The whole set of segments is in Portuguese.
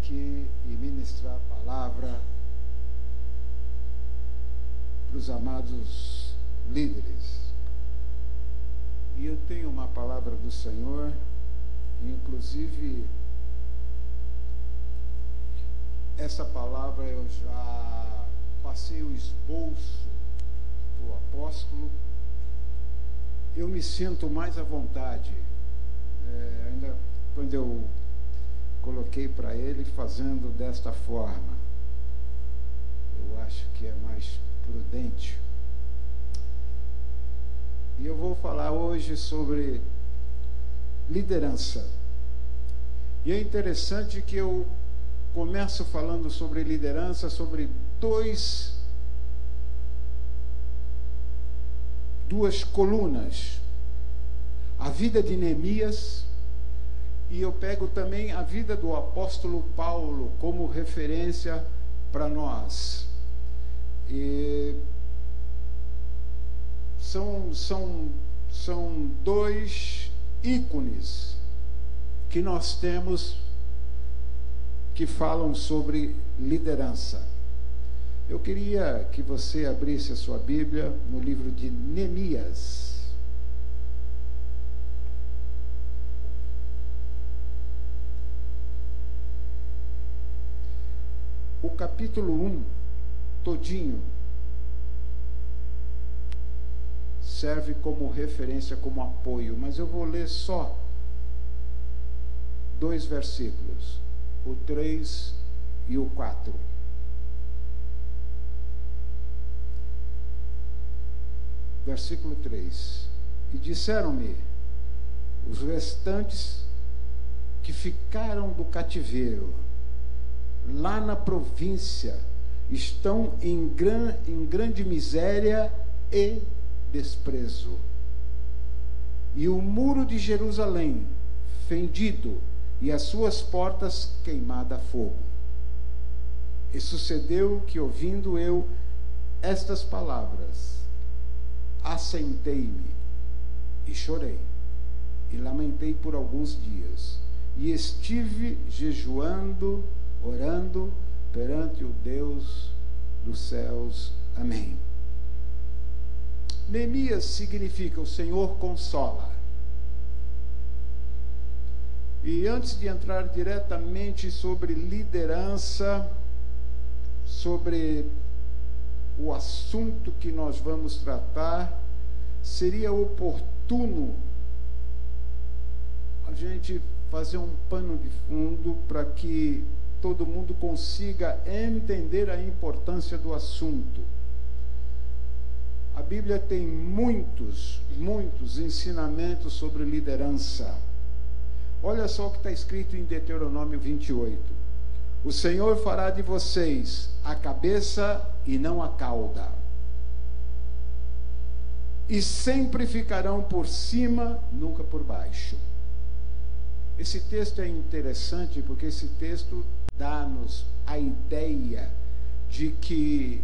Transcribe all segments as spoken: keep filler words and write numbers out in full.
aqui e ministrar a palavra para os amados líderes. E eu tenho uma palavra do Senhor, inclusive essa palavra eu já passei o esboço para o apóstolo. Eu me sinto mais à vontade, é, ainda quando eu coloquei para ele fazendo desta forma. Eu acho que é mais prudente. E eu vou falar hoje sobre liderança. E é interessante que eu começo falando sobre liderança, sobre dois, duas colunas. A vida de Neemias, e eu pego também a vida do apóstolo Paulo como referência para nós. E são, são, são dois ícones que nós temos que falam sobre liderança. Eu queria que você abrisse a sua Bíblia no livro de Neemias. O capítulo um, todinho, serve como referência, como apoio, mas eu vou ler só dois versículos, o três e o quatro. Versículo três. E disseram-me os restantes que ficaram do cativeiro, lá na província, estão em, gran, em grande miséria e desprezo. E o muro de Jerusalém fendido, e as suas portas queimadas a fogo. E sucedeu que, ouvindo eu estas palavras, assentei-me e chorei, e lamentei por alguns dias, e estive jejuando, orando perante o Deus dos céus. Amém. Neemias significa o Senhor consola. E antes de entrar diretamente sobre liderança, sobre o assunto que nós vamos tratar, seria oportuno a gente fazer um pano de fundo para que todo mundo consiga entender a importância do assunto. A Bíblia tem muitos, muitos ensinamentos sobre liderança. Olha só o que está escrito em Deuteronômio vinte e oito. O Senhor fará de vocês a cabeça e não a cauda, e sempre ficarão por cima, nunca por baixo. Esse texto é interessante porque esse texto dá-nos a ideia de que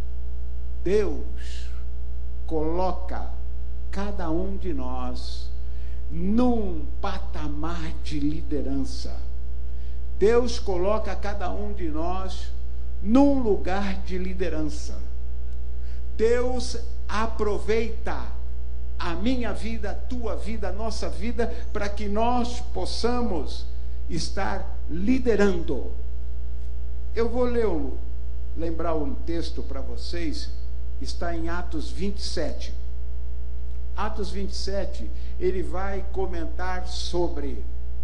Deus coloca cada um de nós num patamar de liderança. Deus coloca cada um de nós num lugar de liderança. Deus aproveita a minha vida, a tua vida, a nossa vida, para que nós possamos estar liderando. Eu vou ler, um, lembrar um texto para vocês, está em Atos vinte e sete. Atos vinte e sete, ele vai comentar sobre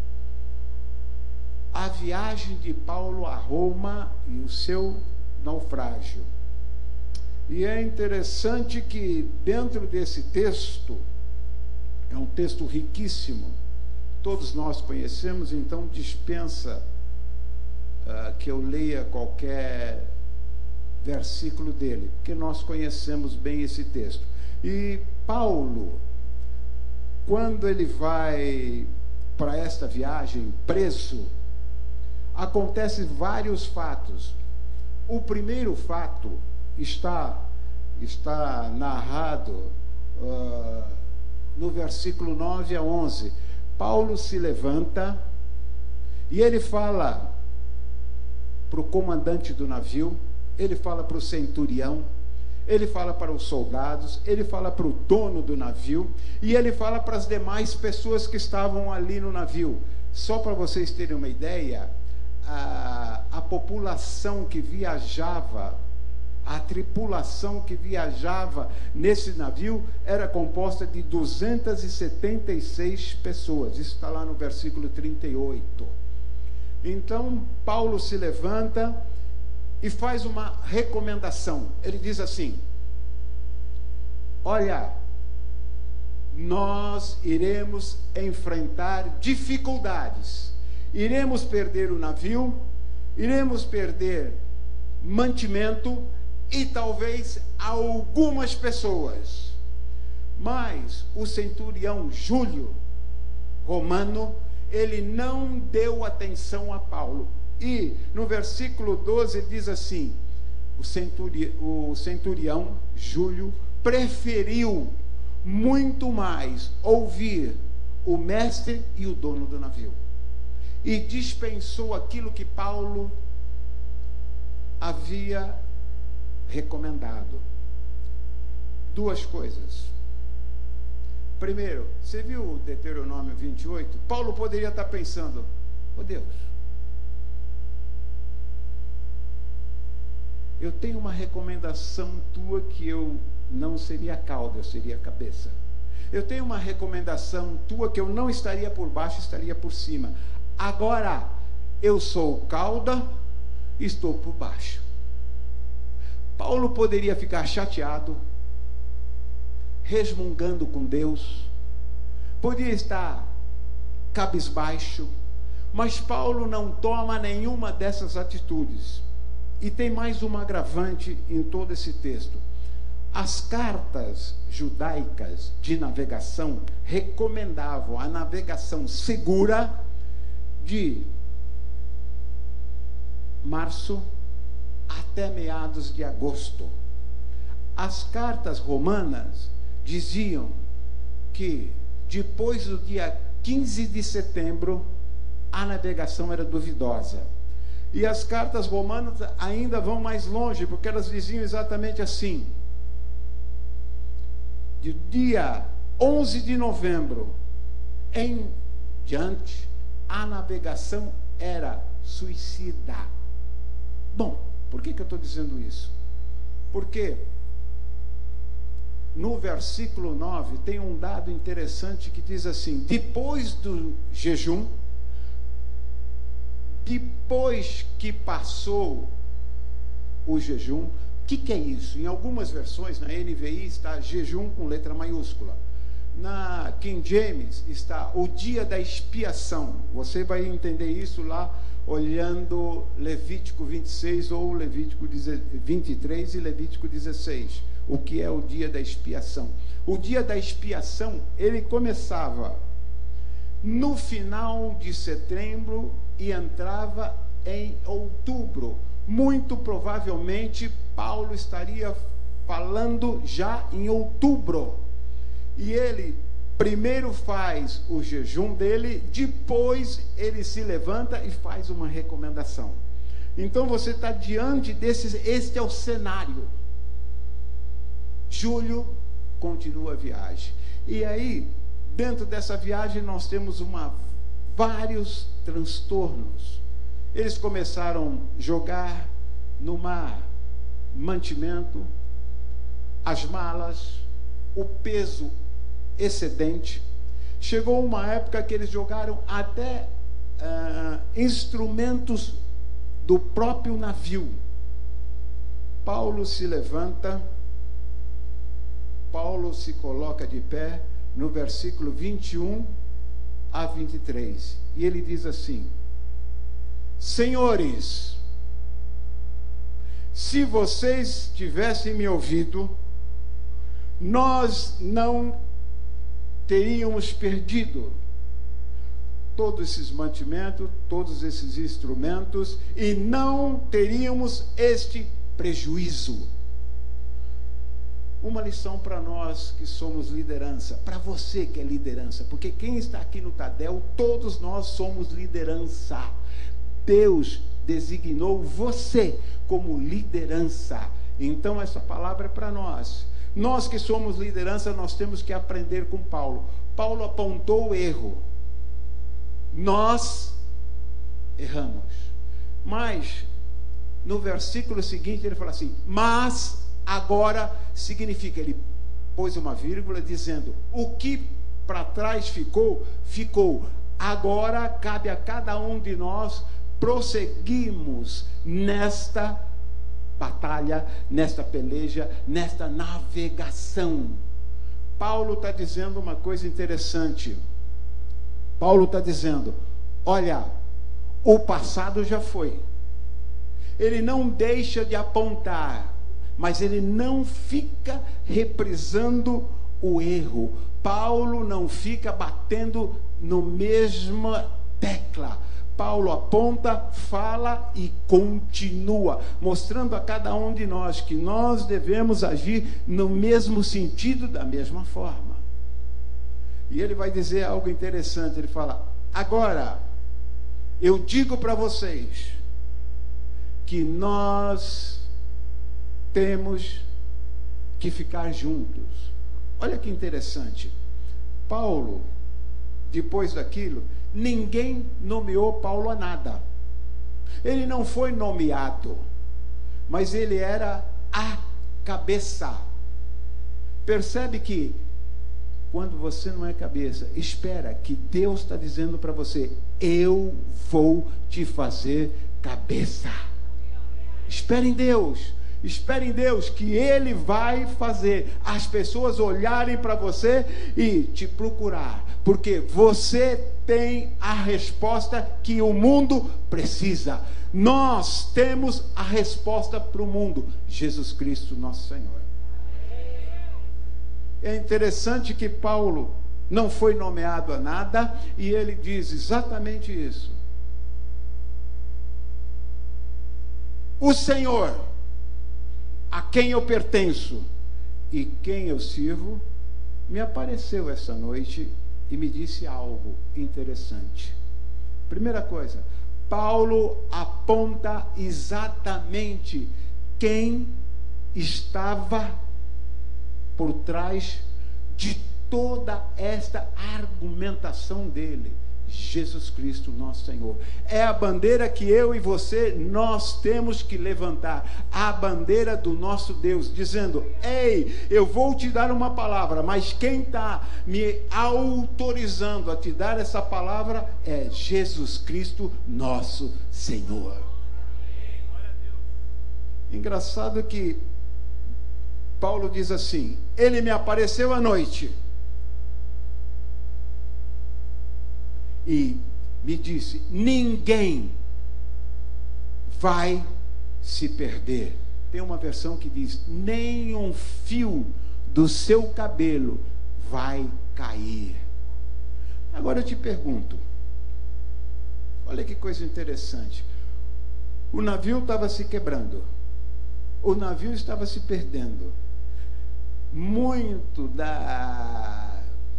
a viagem de Paulo a Roma e o seu naufrágio. E é interessante que dentro desse texto, é um texto riquíssimo, todos nós conhecemos, então dispensa uh, que eu leia qualquer versículo dele, porque nós conhecemos bem esse texto. E Paulo, quando ele vai para esta viagem preso, acontecem vários fatos. O primeiro fato está, está narrado uh, no versículo nove a onze. Paulo se levanta e ele fala para o comandante do navio, ele fala para o centurião, ele fala para os soldados, ele fala para o dono do navio, e ele fala para as demais pessoas que estavam ali no navio. Só para vocês terem uma ideia, a, a população que viajava, a tripulação que viajava nesse navio era composta de duzentas e setenta e seis pessoas. Isso está lá no versículo trinta e oito. Então, Paulo se levanta e faz uma recomendação. Ele diz assim: olha, nós iremos enfrentar dificuldades, iremos perder o navio, iremos perder mantimento e talvez algumas pessoas, mas o centurião Júlio, romano, ele não deu atenção a Paulo. E no versículo doze ele diz assim: o, centuri, o centurião Júlio preferiu muito mais ouvir o mestre e o dono do navio, e dispensou aquilo que Paulo havia recomendado. Duas coisas. Primeiro, você viu o Deuteronômio vinte e oito? Paulo poderia estar pensando: oh Deus, eu tenho uma recomendação tua que eu não seria cauda, eu seria cabeça. Eu tenho uma recomendação tua que eu não estaria por baixo, estaria por cima. Agora, eu sou cauda, estou por baixo. Paulo poderia ficar chateado, resmungando com Deus, podia estar cabisbaixo, mas Paulo não toma nenhuma dessas atitudes. E tem mais uma agravante em todo esse texto. As cartas judaicas de navegação recomendavam a navegação segura de março até meados de agosto. As cartas romanas diziam que depois do dia quinze de setembro a navegação era duvidosa. E as cartas romanas ainda vão mais longe, porque elas diziam exatamente assim: de dia onze de novembro em diante, a navegação era suicida. Bom, por que que eu estou dizendo isso? Porque no versículo nove tem um dado interessante que diz assim: depois do jejum, depois que passou o jejum. O que, que é isso? Em algumas versões, na N V I está jejum com letra maiúscula. Na King James está o dia da expiação. Você vai entender isso lá olhando Levítico vinte e seis ou Levítico vinte e três e Levítico dezesseis. O que é o dia da expiação? O dia da expiação, ele começava no final de setembro e entrava em outubro. Muito provavelmente Paulo estaria falando já em outubro. E ele primeiro faz o jejum dele, depois ele se levanta e faz uma recomendação. Então você está diante desses, este é o cenário. Júlio continua a viagem. E aí, dentro dessa viagem, nós temos uma, vários transtornos. Eles começaram a jogar no mar mantimento, as malas, o peso excedente. Chegou uma época que eles jogaram até uh, instrumentos do próprio navio. Paulo se levanta, Paulo se coloca de pé no versículo vinte e um a vinte e três, e ele diz assim: senhores, se vocês tivessem me ouvido, nós não teríamos perdido todos esses mantimentos, todos esses instrumentos, e não teríamos este prejuízo. Uma lição para nós que somos liderança, para você que é liderança, porque quem está aqui no Tadel, todos nós somos liderança. Deus designou você como liderança. Então essa palavra é para nós. Nós que somos liderança, nós temos que aprender com Paulo. Paulo apontou o erro. Nós erramos. Mas no versículo seguinte ele fala assim: mas agora significa, ele pôs uma vírgula dizendo: o que para trás ficou, ficou. Agora cabe a cada um de nós prosseguirmos nesta batalha, nesta peleja, nesta navegação. Paulo está dizendo uma coisa interessante. Paulo está dizendo: olha, o passado já foi. Ele não deixa de apontar, mas ele não fica reprisando o erro. Paulo não fica batendo no mesma tecla. Paulo aponta, fala e continua, mostrando a cada um de nós que nós devemos agir no mesmo sentido, da mesma forma. E ele vai dizer algo interessante. Ele fala: agora, eu digo para vocês que nós temos que ficar juntos. Olha que interessante. Paulo, depois daquilo, ninguém nomeou Paulo a nada. Ele não foi nomeado, mas ele era a cabeça. Percebe que quando você não é cabeça, espera que Deus está dizendo para você: eu vou te fazer cabeça. Espere em Deus. Espere em Deus que Ele vai fazer as pessoas olharem para você e te procurar, porque você tem a resposta que o mundo precisa. Nós temos a resposta para o mundo: Jesus Cristo, nosso Senhor. É interessante que Paulo não foi nomeado a nada, e ele diz exatamente isso. O Senhor, a quem eu pertenço e quem eu sirvo, me apareceu essa noite e me disse algo interessante. Primeira coisa, Paulo aponta exatamente quem estava por trás de toda esta argumentação dele: Jesus Cristo, nosso Senhor. É a bandeira que eu e você, nós temos que levantar, a bandeira do nosso Deus, dizendo: ei, eu vou te dar uma palavra, mas quem está me autorizando a te dar essa palavra é Jesus Cristo, nosso Senhor. Engraçado que Paulo diz assim: ele me apareceu à noite e me disse: ninguém vai se perder. Tem uma versão que diz: nem um fio do seu cabelo vai cair. Agora eu te pergunto, olha que coisa interessante. O navio estava se quebrando, o navio estava se perdendo. Muito da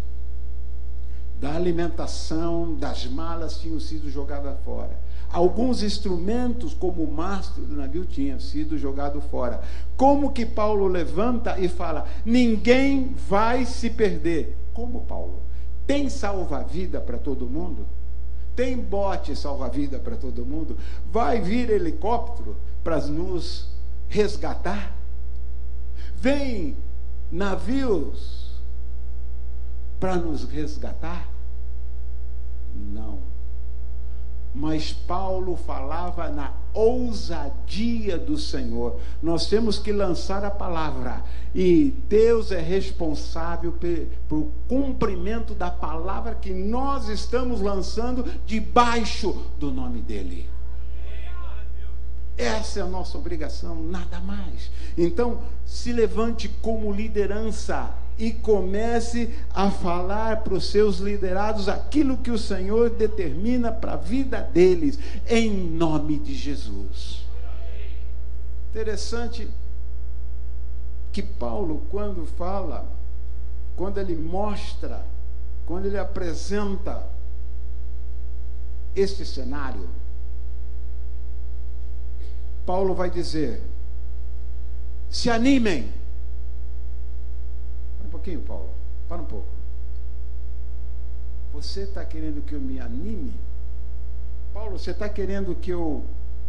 da alimentação, das malas tinham sido jogadas fora. Alguns instrumentos, como o mastro do navio, tinham sido jogados fora. Como que Paulo levanta e fala: ninguém vai se perder? Como, Paulo? Tem salva-vida para todo mundo? Tem bote salva-vida para todo mundo? Vai vir helicóptero para nos resgatar? Vem navios para nos resgatar? Não. Mas Paulo falava na ousadia do Senhor. Nós temos que lançar a palavra, e Deus é responsável pelo cumprimento da palavra que nós estamos lançando debaixo do nome dele. Essa é a nossa obrigação, nada mais. Então, se levante como liderança e comece a falar para os seus liderados aquilo que o Senhor determina para a vida deles, em nome de Jesus. Interessante que Paulo, quando fala, quando ele mostra, quando ele apresenta este cenário, Paulo vai dizer: se animem. Para um pouquinho, Paulo, para um pouco. Você está querendo que eu me anime? Paulo, você está querendo que eu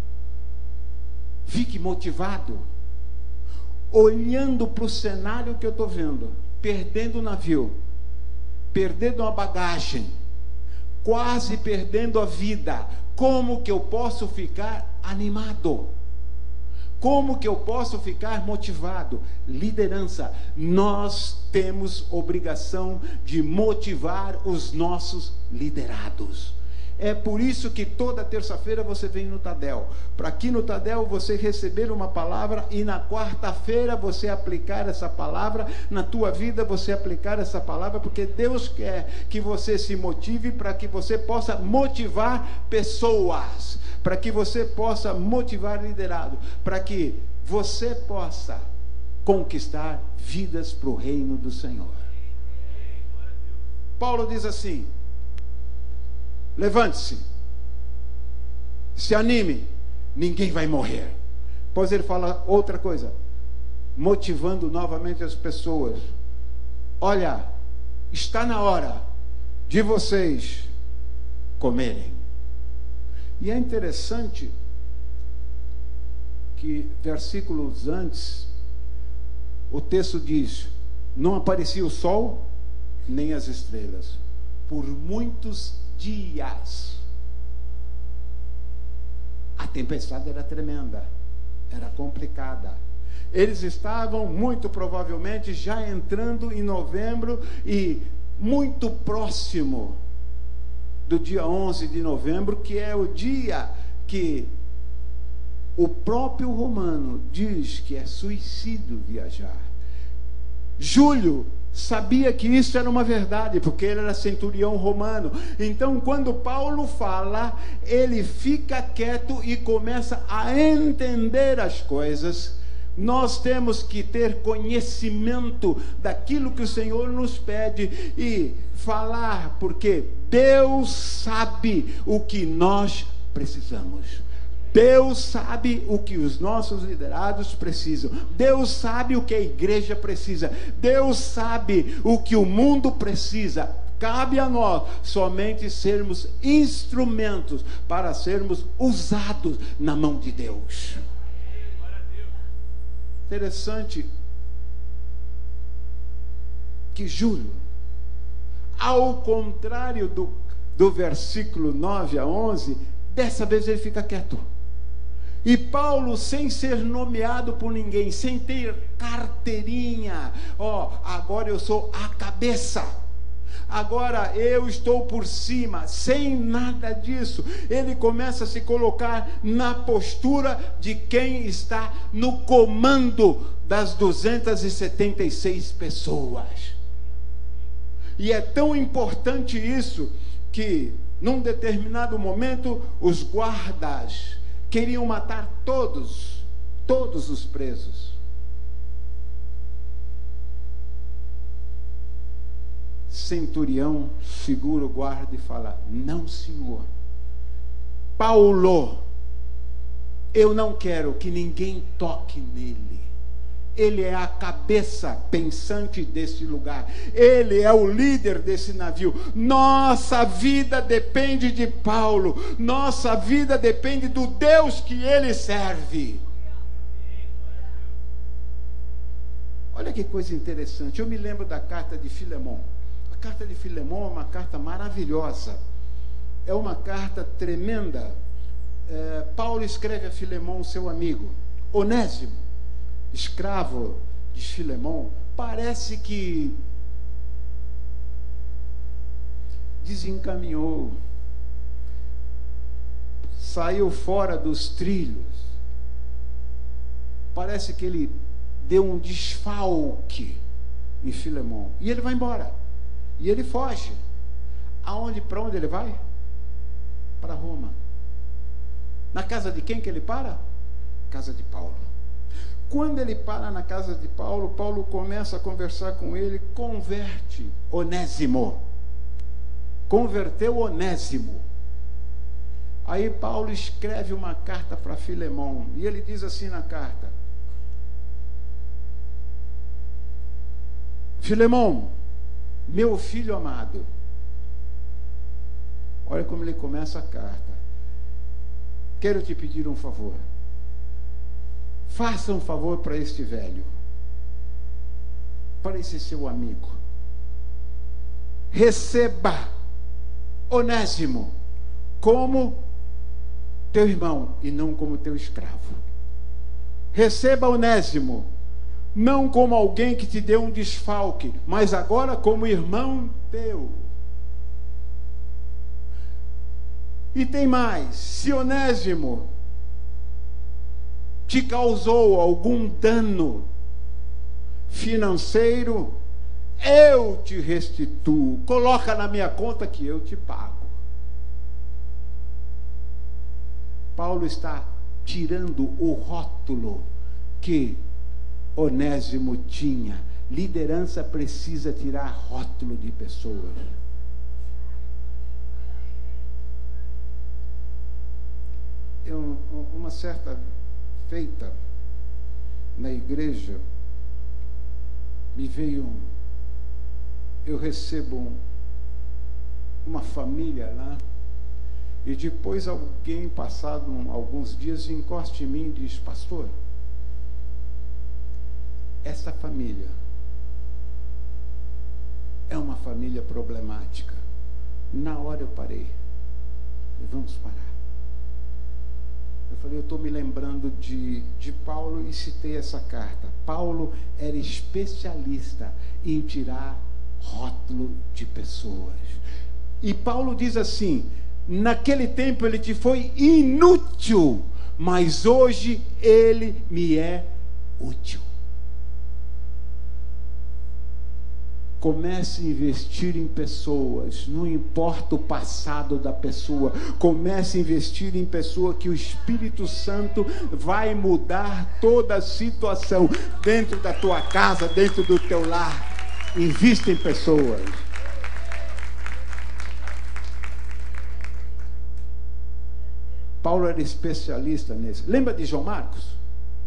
fique motivado? Olhando para o cenário que eu estou vendo, perdendo o navio, perdendo a bagagem, quase perdendo a vida, como que eu posso ficar animado? Como que eu posso ficar motivado? Liderança. Nós temos obrigação de motivar os nossos liderados. É por isso que toda terça-feira você vem no Tadel, para aqui no Tadel você receber uma palavra e na quarta-feira você aplicar essa palavra na tua vida, você aplicar essa palavra, porque Deus quer que você se motive para que você possa motivar pessoas, para que você possa motivar liderado, para que você possa conquistar vidas para o reino do Senhor. Paulo diz assim: levante-se, se anime, ninguém vai morrer. Depois ele fala outra coisa, motivando novamente as pessoas: olha, está na hora de vocês comerem. E é interessante que versículos antes o texto diz: não aparecia o sol nem as estrelas por muitos dias. A tempestade era tremenda, era complicada. Eles estavam muito provavelmente já entrando em novembro e muito próximo do dia onze de novembro, que é o dia que o próprio Romano diz que é suicídio viajar. Júlio sabia que isso era uma verdade, porque ele era centurião romano. Então, quando Paulo fala, ele fica quieto e começa a entender as coisas. Nós temos que ter conhecimento daquilo que o Senhor nos pede e falar, porque Deus sabe o que nós precisamos. Deus sabe o que os nossos liderados precisam. Deus sabe o que a igreja precisa. Deus sabe o que o mundo precisa. Cabe a nós somente sermos instrumentos para sermos usados na mão de Deus. Interessante que Júlio, ao contrário do, do versículo nove a onze, dessa vez ele fica quieto. E Paulo, sem ser nomeado por ninguém, sem ter carteirinha, ó, agora eu sou a cabeça, agora eu estou por cima, sem nada disso, ele começa a se colocar na postura de quem está no comando das duzentas e setenta e seis pessoas. E é tão importante isso, que num determinado momento os guardas queriam matar todos, todos os presos. Centurião segura o guarda e fala: não, senhor, Paulo, eu não quero que ninguém toque nele. Ele é a cabeça pensante desse lugar. Ele é o líder desse navio. Nossa vida depende de Paulo. Nossa vida depende do Deus que ele serve. Olha que coisa interessante. Eu me lembro da carta de Filemão. A carta de Filemão é uma carta maravilhosa. É uma carta tremenda. É, Paulo escreve a Filemão, seu amigo. Onésimo, escravo de Filemão, parece que desencaminhou, saiu fora dos trilhos. Parece que ele deu um desfalque em Filemão. E ele vai embora. E ele foge. Aonde, para onde ele vai? Para Roma. Na casa de quem que ele para? Casa de Paulo. Quando ele para na casa de Paulo, Paulo começa a conversar com ele, converte Onésimo. Converteu Onésimo. Aí Paulo escreve uma carta para Filemão, e ele diz assim na carta: Filemão, meu filho amado. Olha como ele começa a carta. Quero te pedir um favor. Faça um favor para este velho, para esse seu amigo. Receba Onésimo como teu irmão e não como teu escravo. Receba Onésimo não como alguém que te deu um desfalque, mas agora como irmão teu. E tem mais: se Onésimo te causou algum dano financeiro, eu te restituo. Coloca na minha conta que eu te pago. Paulo está tirando o rótulo que Onésimo tinha. Liderança precisa tirar rótulo de pessoas. Eu, uma certa feita na igreja, me veio um, eu recebo um, uma família lá, e depois alguém, passado um, alguns dias, encosta em mim e diz: pastor, essa família é uma família problemática. Na hora eu parei. Vamos parar. Eu falei, eu estou me lembrando de, de Paulo, e citei essa carta. Paulo era especialista em tirar rótulo de pessoas. E Paulo diz assim: naquele tempo ele te foi inútil, mas hoje ele me é útil. Comece a investir em pessoas, não importa o passado da pessoa. Comece a investir em pessoa que o Espírito Santo vai mudar toda a situação dentro da tua casa, dentro do teu lar. Invista em pessoas. Paulo era especialista nisso. Lembra de João Marcos?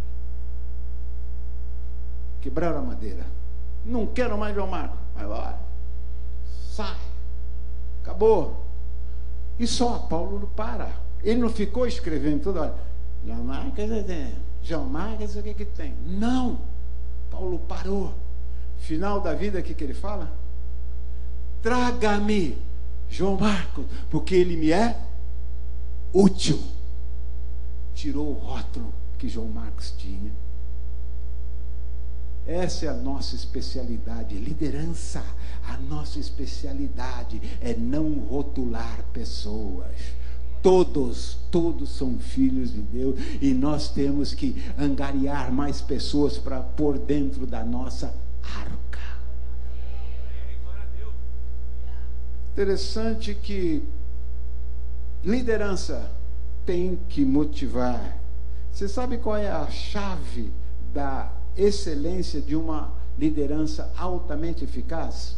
Quebraram a madeira. Não quero mais João Marcos. Vai embora. Sai. Acabou. E só, Paulo não para. Ele não ficou escrevendo toda hora. João Marcos, João Marcos, o que que tem? Não. Paulo parou. Final da vida, o que que ele fala? Traga-me João Marcos, porque ele me é útil. Tirou o rótulo que João Marcos tinha. Essa é a nossa especialidade, liderança. A nossa especialidade é não rotular pessoas. Todos, todos são filhos de Deus, e nós temos que angariar mais pessoas para pôr dentro da nossa arca. Interessante que liderança tem que motivar. Você sabe qual é a chave da excelência de uma liderança altamente eficaz?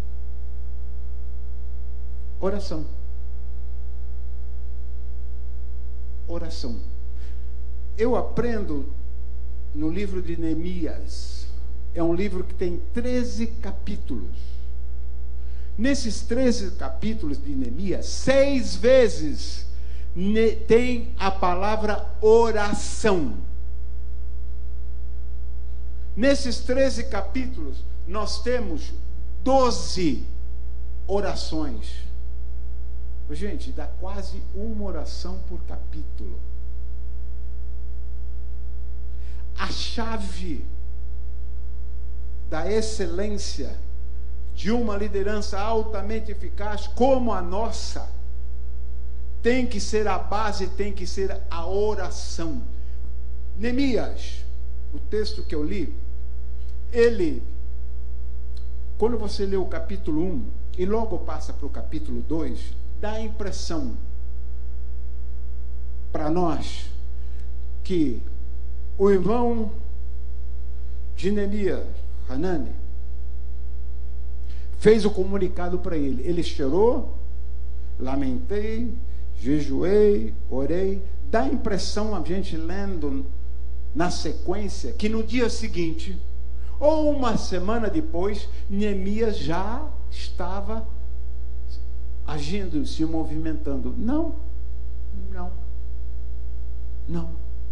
Oração. Oração. Eu aprendo no livro de Neemias. É um livro que tem treze capítulos. Nesses treze capítulos de Neemias, seis vezes tem a palavra oração. Nesses treze capítulos, nós temos doze orações. Gente, dá quase uma oração por capítulo. A chave da excelência de uma liderança altamente eficaz como a nossa tem que ser a base, tem que ser a oração. Neemias, o texto que eu li, ele, quando você lê o capítulo um e logo passa para o capítulo dois, dá a impressão para nós que o irmão de Neemias, Hanani, fez o comunicado para ele. Ele chorou, lamentei, jejuei, orei. Dá a impressão, a gente lendo na sequência, que no dia seguinte, ou uma semana depois, Neemias já estava agindo, se movimentando. Não, não, não.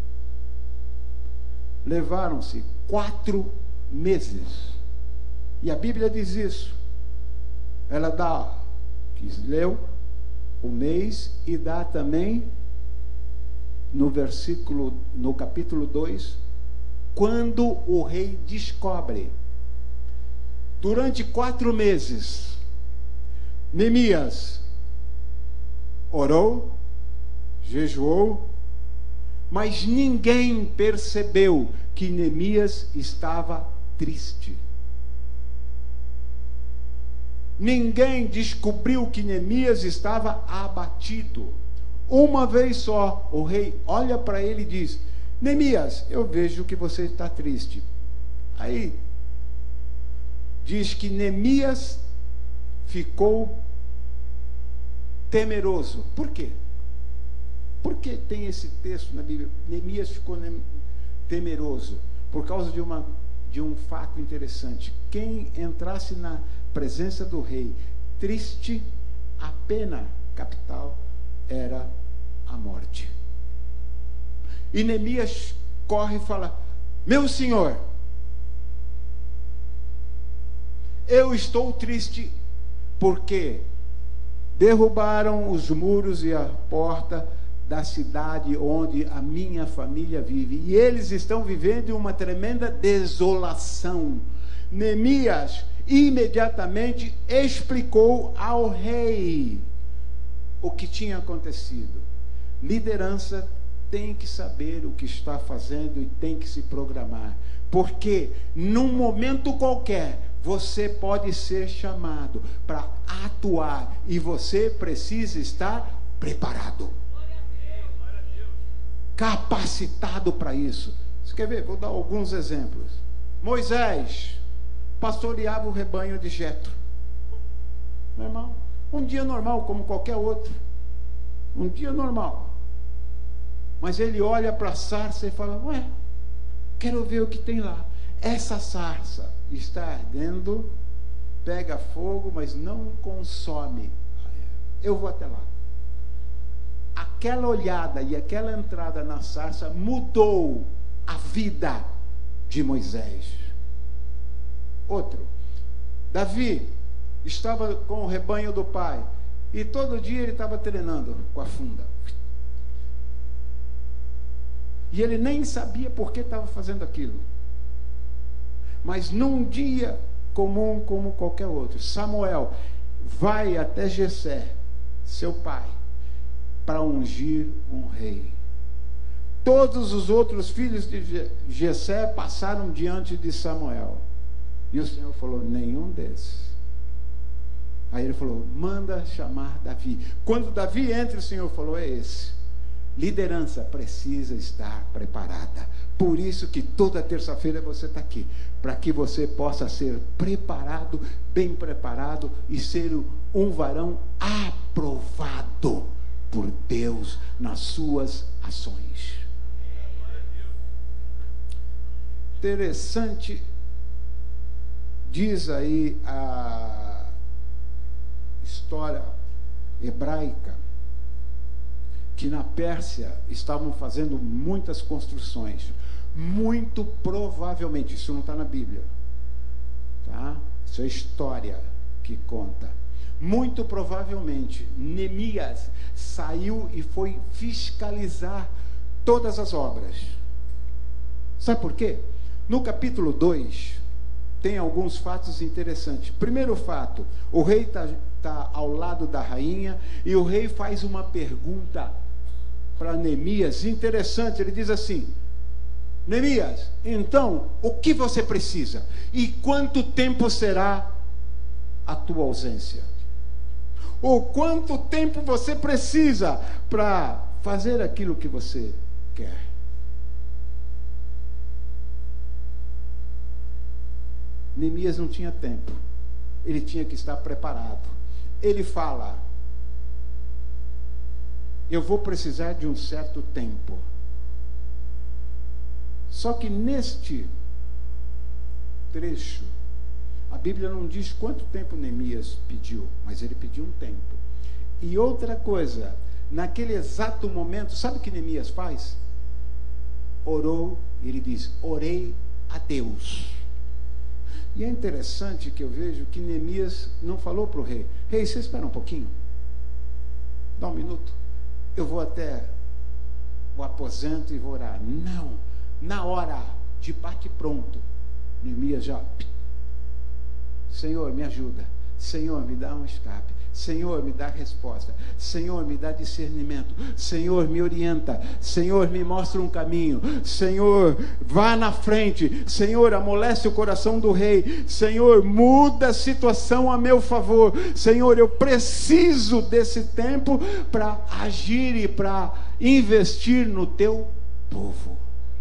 Levaram-se quatro meses. E a Bíblia diz isso. Ela dá, que leu, o mês, e dá também no versículo, no capítulo dois, quando o rei descobre. Durante quatro meses, Neemias orou, jejuou, mas ninguém percebeu que Neemias estava triste. Ninguém descobriu que Neemias estava abatido. Uma vez só, o rei olha para ele e diz: Neemias, eu vejo que você está triste. Aí diz que Neemias ficou temeroso. Por quê? Por que tem esse texto na Bíblia? Neemias ficou temeroso por causa de, uma, de um fato interessante. Quem entrasse na presença do rei triste, a pena capital era a morte. E Neemias corre e fala: meu senhor, eu estou triste porque derrubaram os muros e a porta da cidade onde a minha família vive, e eles estão vivendo uma tremenda desolação. Neemias imediatamente explicou ao rei o que tinha acontecido. Liderança tem que saber o que está fazendo e tem que se programar, porque num momento qualquer você pode ser chamado para atuar e você precisa estar preparado, capacitado para isso. Você quer ver? Vou dar alguns exemplos. Moisés pastoreava o rebanho de Jetro. Meu irmão, um dia normal como qualquer outro. Um dia normal. Mas ele olha para a sarça e fala: ué, quero ver o que tem lá. Essa sarça está ardendo, pega fogo, mas não consome. Eu vou até lá. Aquela olhada e aquela entrada na sarça mudou a vida de Moisés. Outro, Davi estava com o rebanho do pai e todo dia ele estava treinando com a funda. E ele nem sabia por que estava fazendo aquilo. Mas num dia comum como qualquer outro, Samuel vai até Jessé, seu pai, para ungir um rei. Todos os outros filhos de Jessé passaram diante de Samuel. E o Senhor falou: nenhum desses. Aí ele falou: manda chamar Davi. Quando Davi entra, o Senhor falou: é esse. Liderança precisa estar preparada. Por isso que toda terça-feira você está aqui, para que você possa ser preparado, bem preparado, e ser um varão aprovado por Deus nas suas ações. Interessante, diz aí a história hebraica, que na Pérsia estavam fazendo muitas construções. Muito provavelmente, isso não está na Bíblia, tá? Isso é história que conta. Muito provavelmente, Neemias saiu e foi fiscalizar todas as obras. Sabe por quê? No capítulo dois, tem alguns fatos interessantes. Primeiro fato, o rei está tá ao lado da rainha, e o rei faz uma pergunta para Neemias, interessante. Ele diz assim: Neemias, então, o que você precisa? E quanto tempo será a tua ausência? Ou quanto tempo você precisa para fazer aquilo que você quer? Neemias não tinha tempo. Ele tinha que estar preparado. Ele fala: eu vou precisar de um certo tempo. Só que neste trecho, a Bíblia não diz quanto tempo Neemias pediu, mas ele pediu um tempo. E outra coisa, naquele exato momento, sabe o que Neemias faz? Orou, ele diz, orei a Deus. E é interessante que eu vejo que Neemias não falou para o rei, rei, você espera um pouquinho, dá um minuto, eu vou até o aposento e vou orar. Não, na hora de bate pronto, Neemias já, Senhor, me ajuda, Senhor, me dá um escape, Senhor, me dá resposta, Senhor, me dá discernimento, Senhor, me orienta, Senhor, me mostra um caminho, Senhor, vá na frente, Senhor, amolece o coração do rei, Senhor, muda a situação a meu favor, Senhor, eu preciso desse tempo para agir e para investir no teu povo.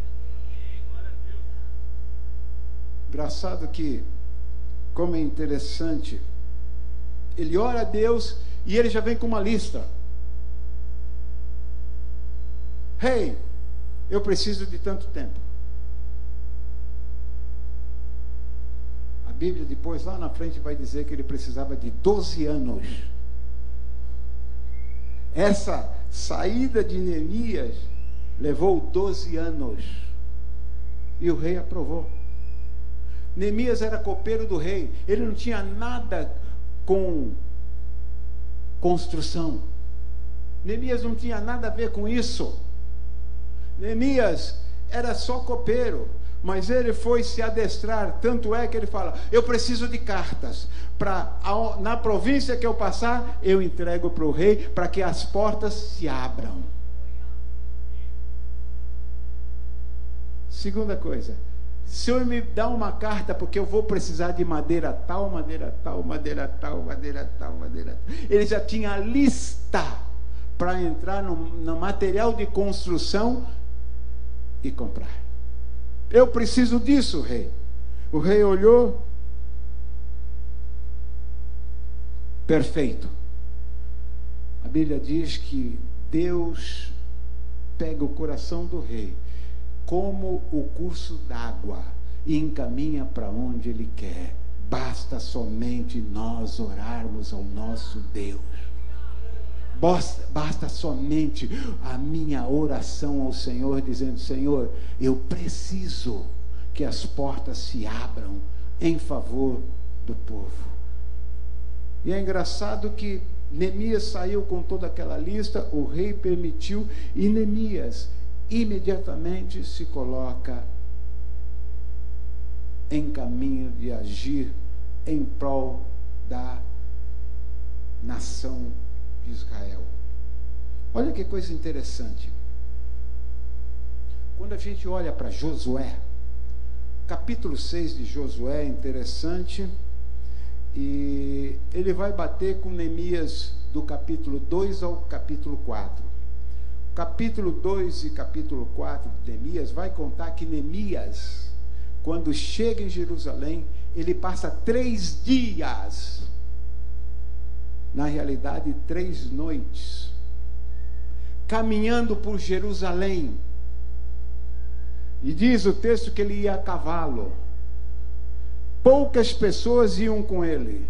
Engraçado que, como é interessante, ele ora a Deus e ele já vem com uma lista. Rei, hey, eu preciso de tanto tempo. A Bíblia depois lá na frente vai dizer que ele precisava de doze anos. Essa saída de Neemias levou doze anos. E o rei aprovou. Neemias era copeiro do rei. Ele não tinha nada com construção. Neemias não tinha nada a ver com isso. Neemias era só copeiro, mas ele foi se adestrar, tanto é que ele fala, eu preciso de cartas, para na província que eu passar, eu entrego para o rei, para que as portas se abram. Segunda coisa, Senhor, me dá uma carta, porque eu vou precisar de madeira tal, madeira tal, madeira tal, madeira tal, madeira tal. Ele já tinha a lista para entrar no, no material de construção e comprar. Eu preciso disso, rei. O rei olhou. Perfeito. A Bíblia diz que Deus pega o coração do rei como o curso d'água e encaminha para onde Ele quer. Basta somente nós orarmos ao nosso Deus. Basta, basta somente a minha oração ao Senhor, dizendo, Senhor, eu preciso que as portas se abram em favor do povo. E é engraçado que Neemias saiu com toda aquela lista, o rei permitiu, e Neemias imediatamente se coloca em caminho de agir em prol da nação de Israel. Olha que coisa interessante. Quando a gente olha para Josué, capítulo seis de Josué é interessante, e ele vai bater com Neemias do capítulo dois ao capítulo quatro. Capítulo dois e capítulo quatro de Neemias vai contar que Neemias, quando chega em Jerusalém, ele passa três dias, na realidade três noites, caminhando por Jerusalém. E diz o texto que ele ia a cavalo. Poucas pessoas iam com ele.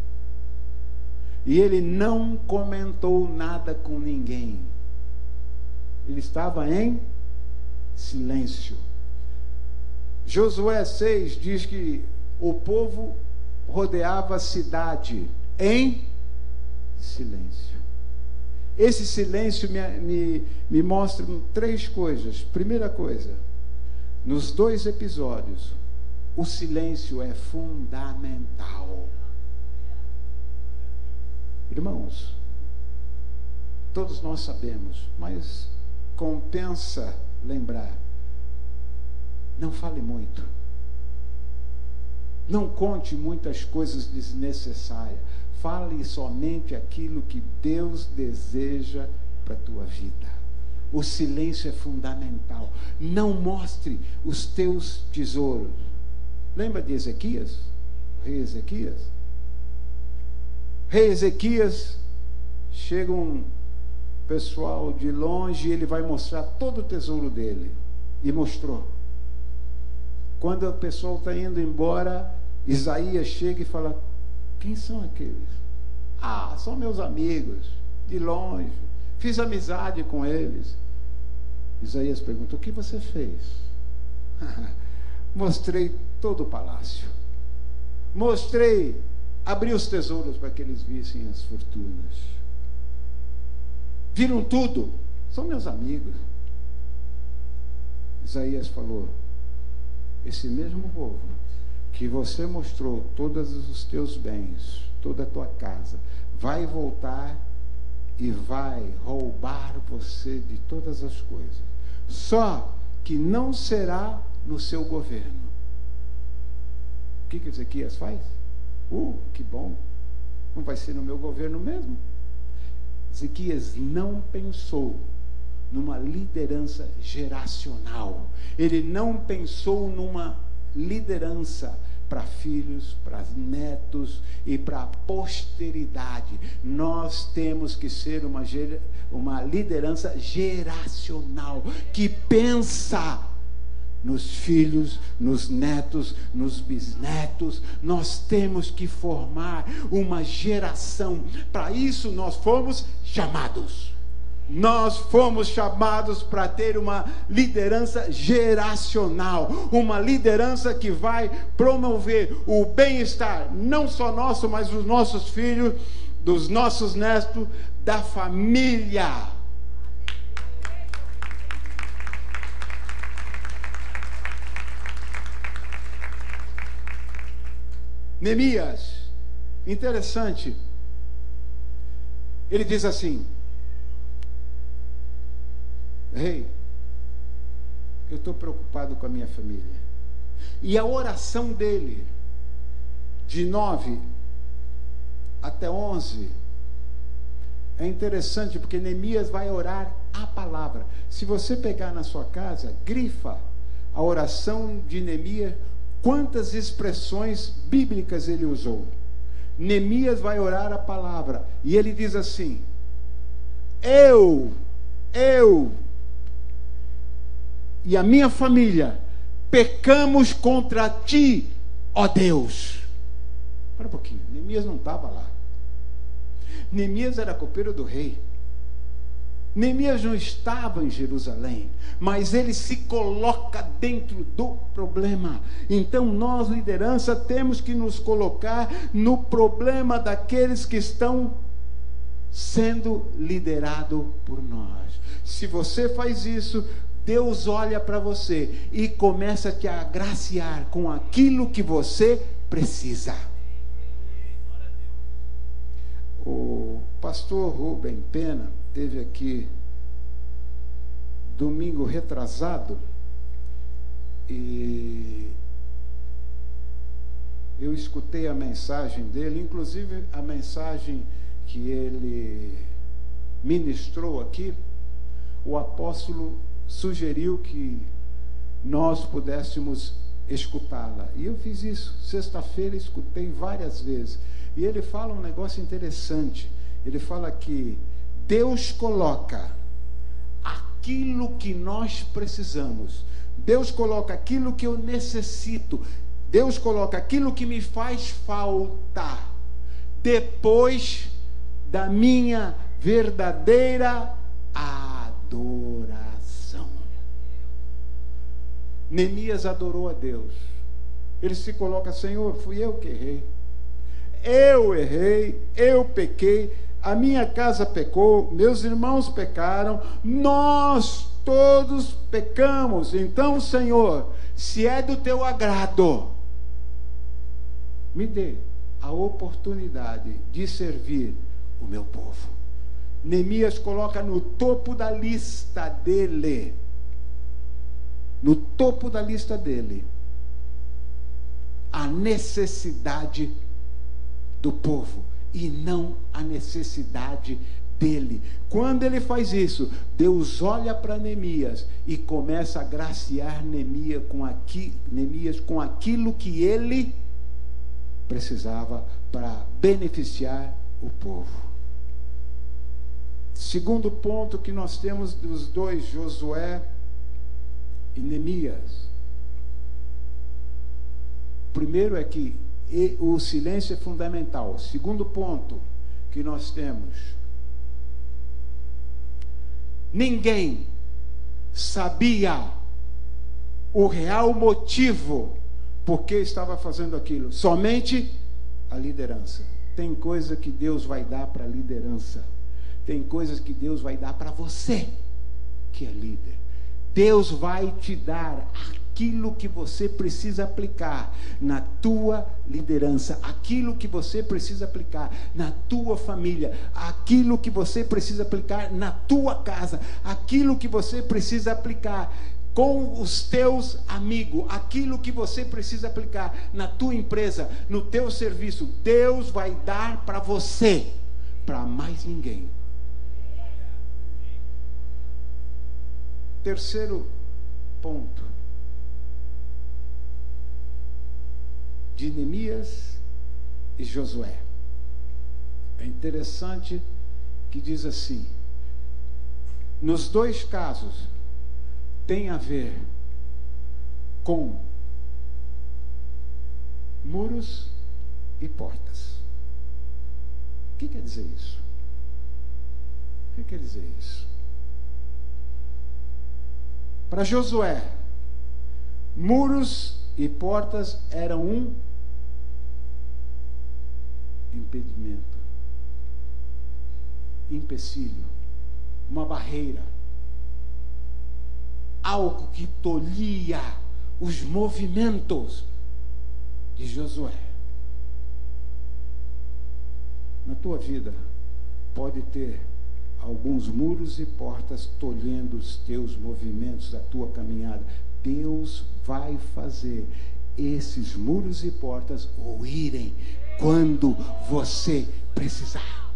E ele não comentou nada com ninguém. Ele estava em silêncio. Josué seis diz que o povo rodeava a cidade em silêncio. Esse silêncio me, me, me mostra três coisas. Primeira coisa, nos dois episódios, o silêncio é fundamental. Irmãos, todos nós sabemos, mas compensa lembrar, não fale muito, não conte muitas coisas desnecessárias, fale somente aquilo que Deus deseja para a tua vida. O silêncio é fundamental. Não mostre os teus tesouros. Lembra de Ezequias? Rei Ezequias? Rei Ezequias, chega um pessoal de longe, ele vai mostrar todo o tesouro dele. E mostrou. Quando o pessoal está indo embora, Isaías chega e fala: quem são aqueles? Ah, são meus amigos, de longe. Fiz amizade com eles. Isaías pergunta: o que você fez? Mostrei todo o palácio. Mostrei, abri os tesouros para que eles vissem as fortunas. Viram tudo? São meus amigos. Isaías falou: esse mesmo povo que você mostrou todos os teus bens, toda a tua casa, vai voltar e vai roubar você de todas as coisas. Só que não será no seu governo. O que que Ezequias faz? Uh, que bom! Não vai ser no meu governo mesmo? Ezequias não pensou numa liderança geracional. Ele não pensou numa liderança para filhos, para netos e para a posteridade. Nós temos que ser uma, uma liderança geracional, que pensa nos filhos, nos netos, nos bisnetos. Nós temos que formar uma geração. Para isso nós fomos chamados. Nós fomos chamados para ter uma liderança geracional, uma liderança que vai promover o bem-estar, não só nosso, mas dos nossos filhos, dos nossos netos, da família. Neemias, interessante, ele diz assim: rei, eu estou preocupado com a minha família. E a oração dele, de nove até onze, é interessante, porque Neemias vai orar a palavra. Se você pegar na sua casa, grifa a oração de Neemias, quantas expressões bíblicas ele usou. Neemias vai orar a palavra, e ele diz assim: eu, eu, e a minha família pecamos contra ti, ó Deus. Para um pouquinho, Neemias não estava lá. Neemias era copeiro do rei. Neemias não estava em Jerusalém, mas ele se coloca dentro do problema. Então nós, liderança, temos que nos colocar no problema daqueles que estão sendo liderados por nós. Se você faz isso, Deus olha para você e começa a te agraciar com aquilo que você precisa. O pastor Rubem Pena esteve aqui domingo retrasado e eu escutei a mensagem dele, inclusive a mensagem que ele ministrou aqui. O apóstolo sugeriu que nós pudéssemos escutá-la, e eu fiz isso. Sexta-feira escutei várias vezes, e ele fala um negócio interessante. Ele fala que Deus coloca aquilo que nós precisamos, Deus coloca aquilo que eu necessito, Deus coloca aquilo que me faz falta, depois da minha verdadeira adoração. Neemias adorou a Deus. Ele se coloca: Senhor, fui eu que errei, eu errei, eu pequei, a minha casa pecou, meus irmãos pecaram, nós todos pecamos. Então, Senhor, se é do teu agrado, me dê a oportunidade de servir o meu povo. Neemias coloca no topo da lista dele, no topo da lista dele, a necessidade do povo e não a necessidade dele. Quando ele faz isso, Deus olha para Neemias e começa a graciar Neemias com, aqui, Neemias com aquilo que ele precisava para beneficiar o povo. Segundo ponto que nós temos dos dois, Josué e Neemias. Primeiro é que o silêncio é fundamental. Segundo ponto que nós temos: ninguém sabia o real motivo por que estava fazendo aquilo, somente a liderança. Tem coisa que Deus vai dar para a liderança, tem coisas que Deus vai dar para você que é líder. Deus vai te dar aquilo que você precisa aplicar na tua liderança, aquilo que você precisa aplicar na tua família, aquilo que você precisa aplicar na tua casa, aquilo que você precisa aplicar com os teus amigos, aquilo que você precisa aplicar na tua empresa, no teu serviço. Deus vai dar para você, para mais ninguém. Terceiro ponto de Neemias e Josué. É interessante que diz assim: nos dois casos tem a ver com muros e portas. O que quer dizer isso? O que quer dizer isso? Para Josué, muros e portas eram um impedimento, empecilho, uma barreira, algo que tolhia os movimentos de Josué. Na tua vida pode ter alguns muros e portas tolhendo os teus movimentos, a tua caminhada. Deus vai fazer esses muros e portas ruírem quando você precisar.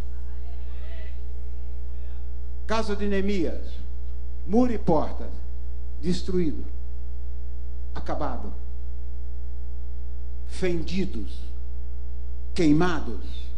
Caso de Neemias, muro e portas destruído, acabado, fendidos, queimados.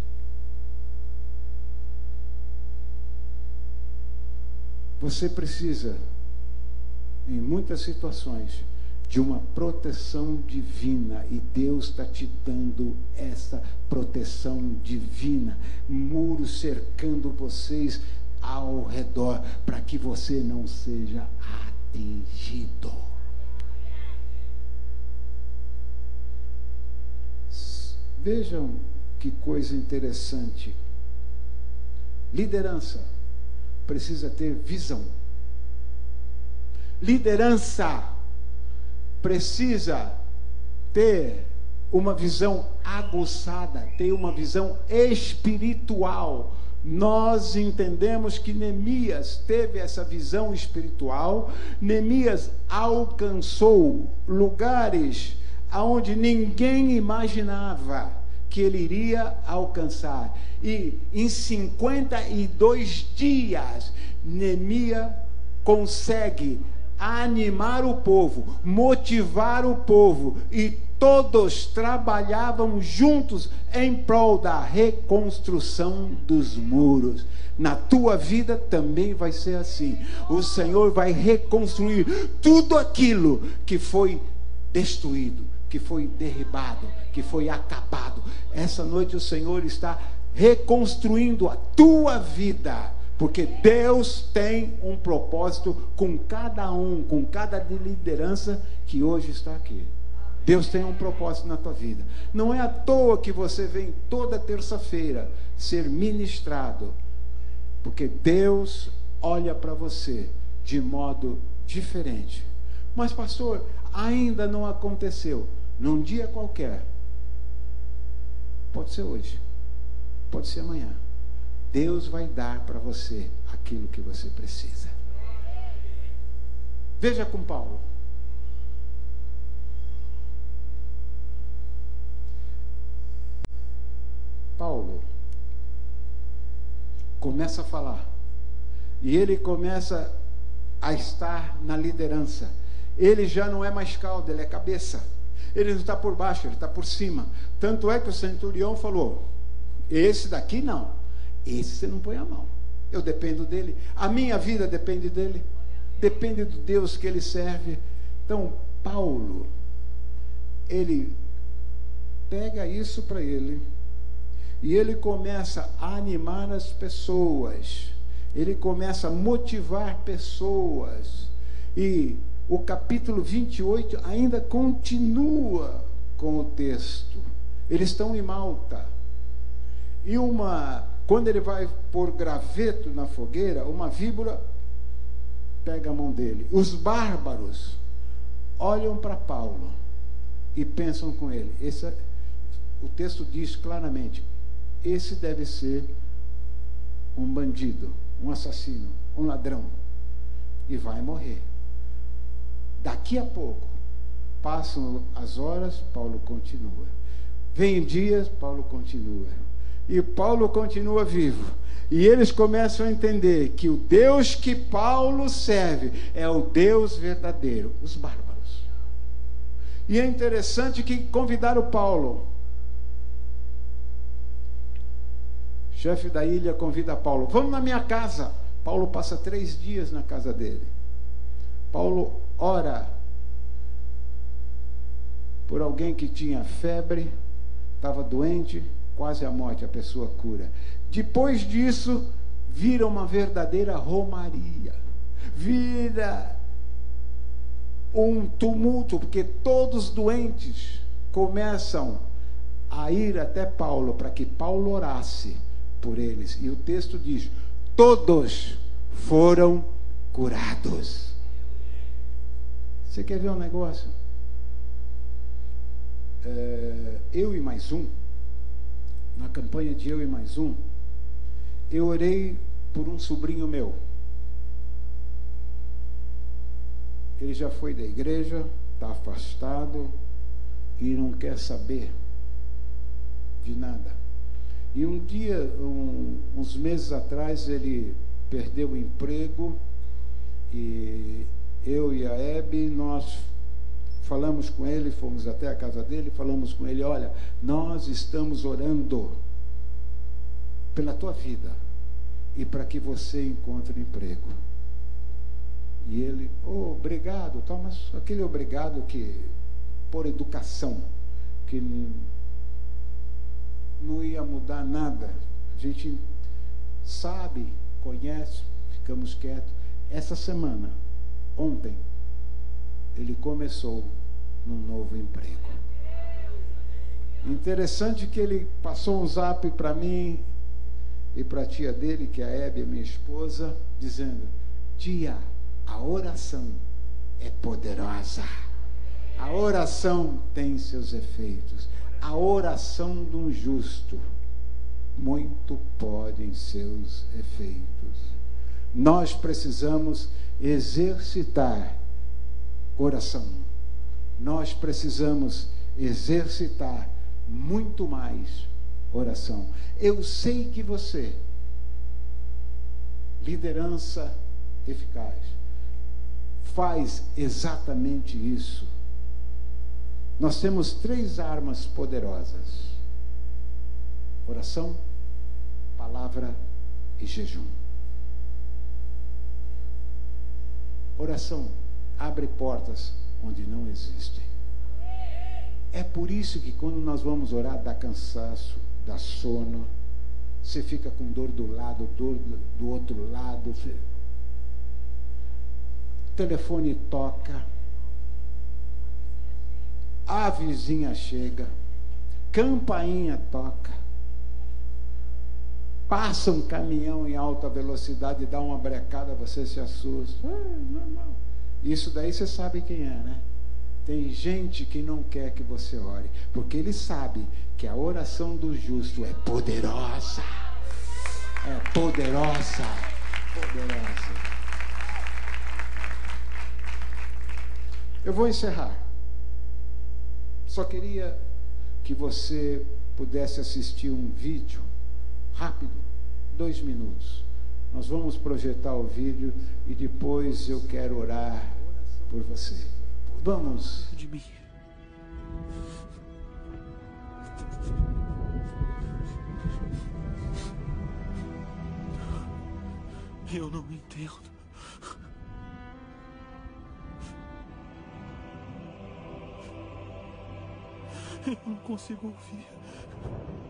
Você precisa, em muitas situações, de uma proteção divina, e Deus está te dando essa proteção divina, muros cercando vocês ao redor, para que você não seja atingido. Vejam que coisa interessante. Liderança precisa ter visão. Liderança precisa ter uma visão aguçada, ter uma visão espiritual. Nós entendemos que Neemias teve essa visão espiritual. Neemias alcançou lugares aonde ninguém imaginava que ele iria alcançar. E em cinquenta e dois dias, Neemias consegue animar o povo, motivar o povo, e todos trabalhavam juntos em prol da reconstrução dos muros. Na tua vida também vai ser assim. O Senhor vai reconstruir tudo aquilo que foi destruído, que foi derribado, que foi acabado. Essa noite o Senhor está reconstruindo a tua vida, porque Deus tem um propósito com cada um, com cada liderança que hoje está aqui. Deus tem um propósito na tua vida. Não é à toa que você vem toda terça-feira ser ministrado, porque Deus olha para você de modo diferente. Mas pastor, ainda não aconteceu. Num dia qualquer, pode ser hoje, pode ser amanhã, Deus vai dar para você aquilo que você precisa. Veja com Paulo. Paulo começa a falar, e ele começa a estar na liderança. Ele já não é mais cauda, ele é cabeça. Ele não está por baixo, ele está por cima. Tanto é que o centurião falou: esse daqui não, esse você não põe a mão. Eu dependo dele. A minha vida depende dele. Depende do Deus que ele serve. Então, Paulo, ele pega isso para ele e ele começa a animar as pessoas. Ele começa a motivar pessoas. E o capítulo vinte e oito ainda continua com o texto. Eles estão em Malta. E uma, quando ele vai pôr graveto na fogueira, uma víbora pega a mão dele. Os bárbaros olham para Paulo e pensam com ele. Esse, o texto diz claramente: esse deve ser um bandido, um assassino, um ladrão. E vai morrer. Daqui a pouco, passam as horas, Paulo continua. Vem dias, Paulo continua. E Paulo continua vivo. E eles começam a entender que o Deus que Paulo serve é o Deus verdadeiro, os bárbaros. E é interessante que convidaram Paulo. O chefe da ilha convida Paulo: vamos na minha casa. Paulo passa três dias na casa dele. Paulo ora por alguém que tinha febre, estava doente, quase à morte, a pessoa cura. Depois disso, vira uma verdadeira romaria. Vira um tumulto, porque todos os doentes começam a ir até Paulo, para que Paulo orasse por eles. E o texto diz: todos foram curados. Você quer ver um negócio? É, eu e mais um, na campanha de Eu e Mais Um, eu orei por um sobrinho meu. Ele já foi da igreja, está afastado e não quer saber de nada. E um dia, um, uns meses atrás, ele perdeu o emprego e eu e a Hebe, nós falamos com ele, fomos até a casa dele, falamos com ele: olha, nós estamos orando pela tua vida e para que você encontre emprego. E ele: oh, obrigado, tá, mas aquele obrigado que por educação, que não ia mudar nada. A gente sabe, conhece, ficamos quietos. Essa semana, ontem, ele começou num novo emprego. Interessante que ele passou um zap para mim e para a tia dele, que é a Hebe, minha esposa, dizendo: tia, a oração é poderosa. A oração tem seus efeitos. A oração de um justo, muito podem seus efeitos. Nós precisamos exercitar oração. Nós precisamos exercitar muito mais oração. Eu sei que você, liderança eficaz, faz exatamente isso. Nós temos três armas poderosas: oração, palavra e jejum. Oração abre portas onde não existem. É por isso que quando nós vamos orar, dá cansaço, dá sono, você fica com dor do lado, dor do outro lado, você... o telefone toca, a vizinha chega, campainha toca, passa um caminhão em alta velocidade e dá uma brecada, você se assusta. É normal. Isso daí você sabe quem é, né? Tem gente que não quer que você ore, porque ele sabe que a oração do justo é poderosa. É poderosa. Poderosa. Eu vou encerrar. Só queria que você pudesse assistir um vídeo rápido, dois minutos. Nós vamos projetar o vídeo e depois eu quero orar por você. Vamos. De mim. Eu não entendo. Eu não consigo ouvir.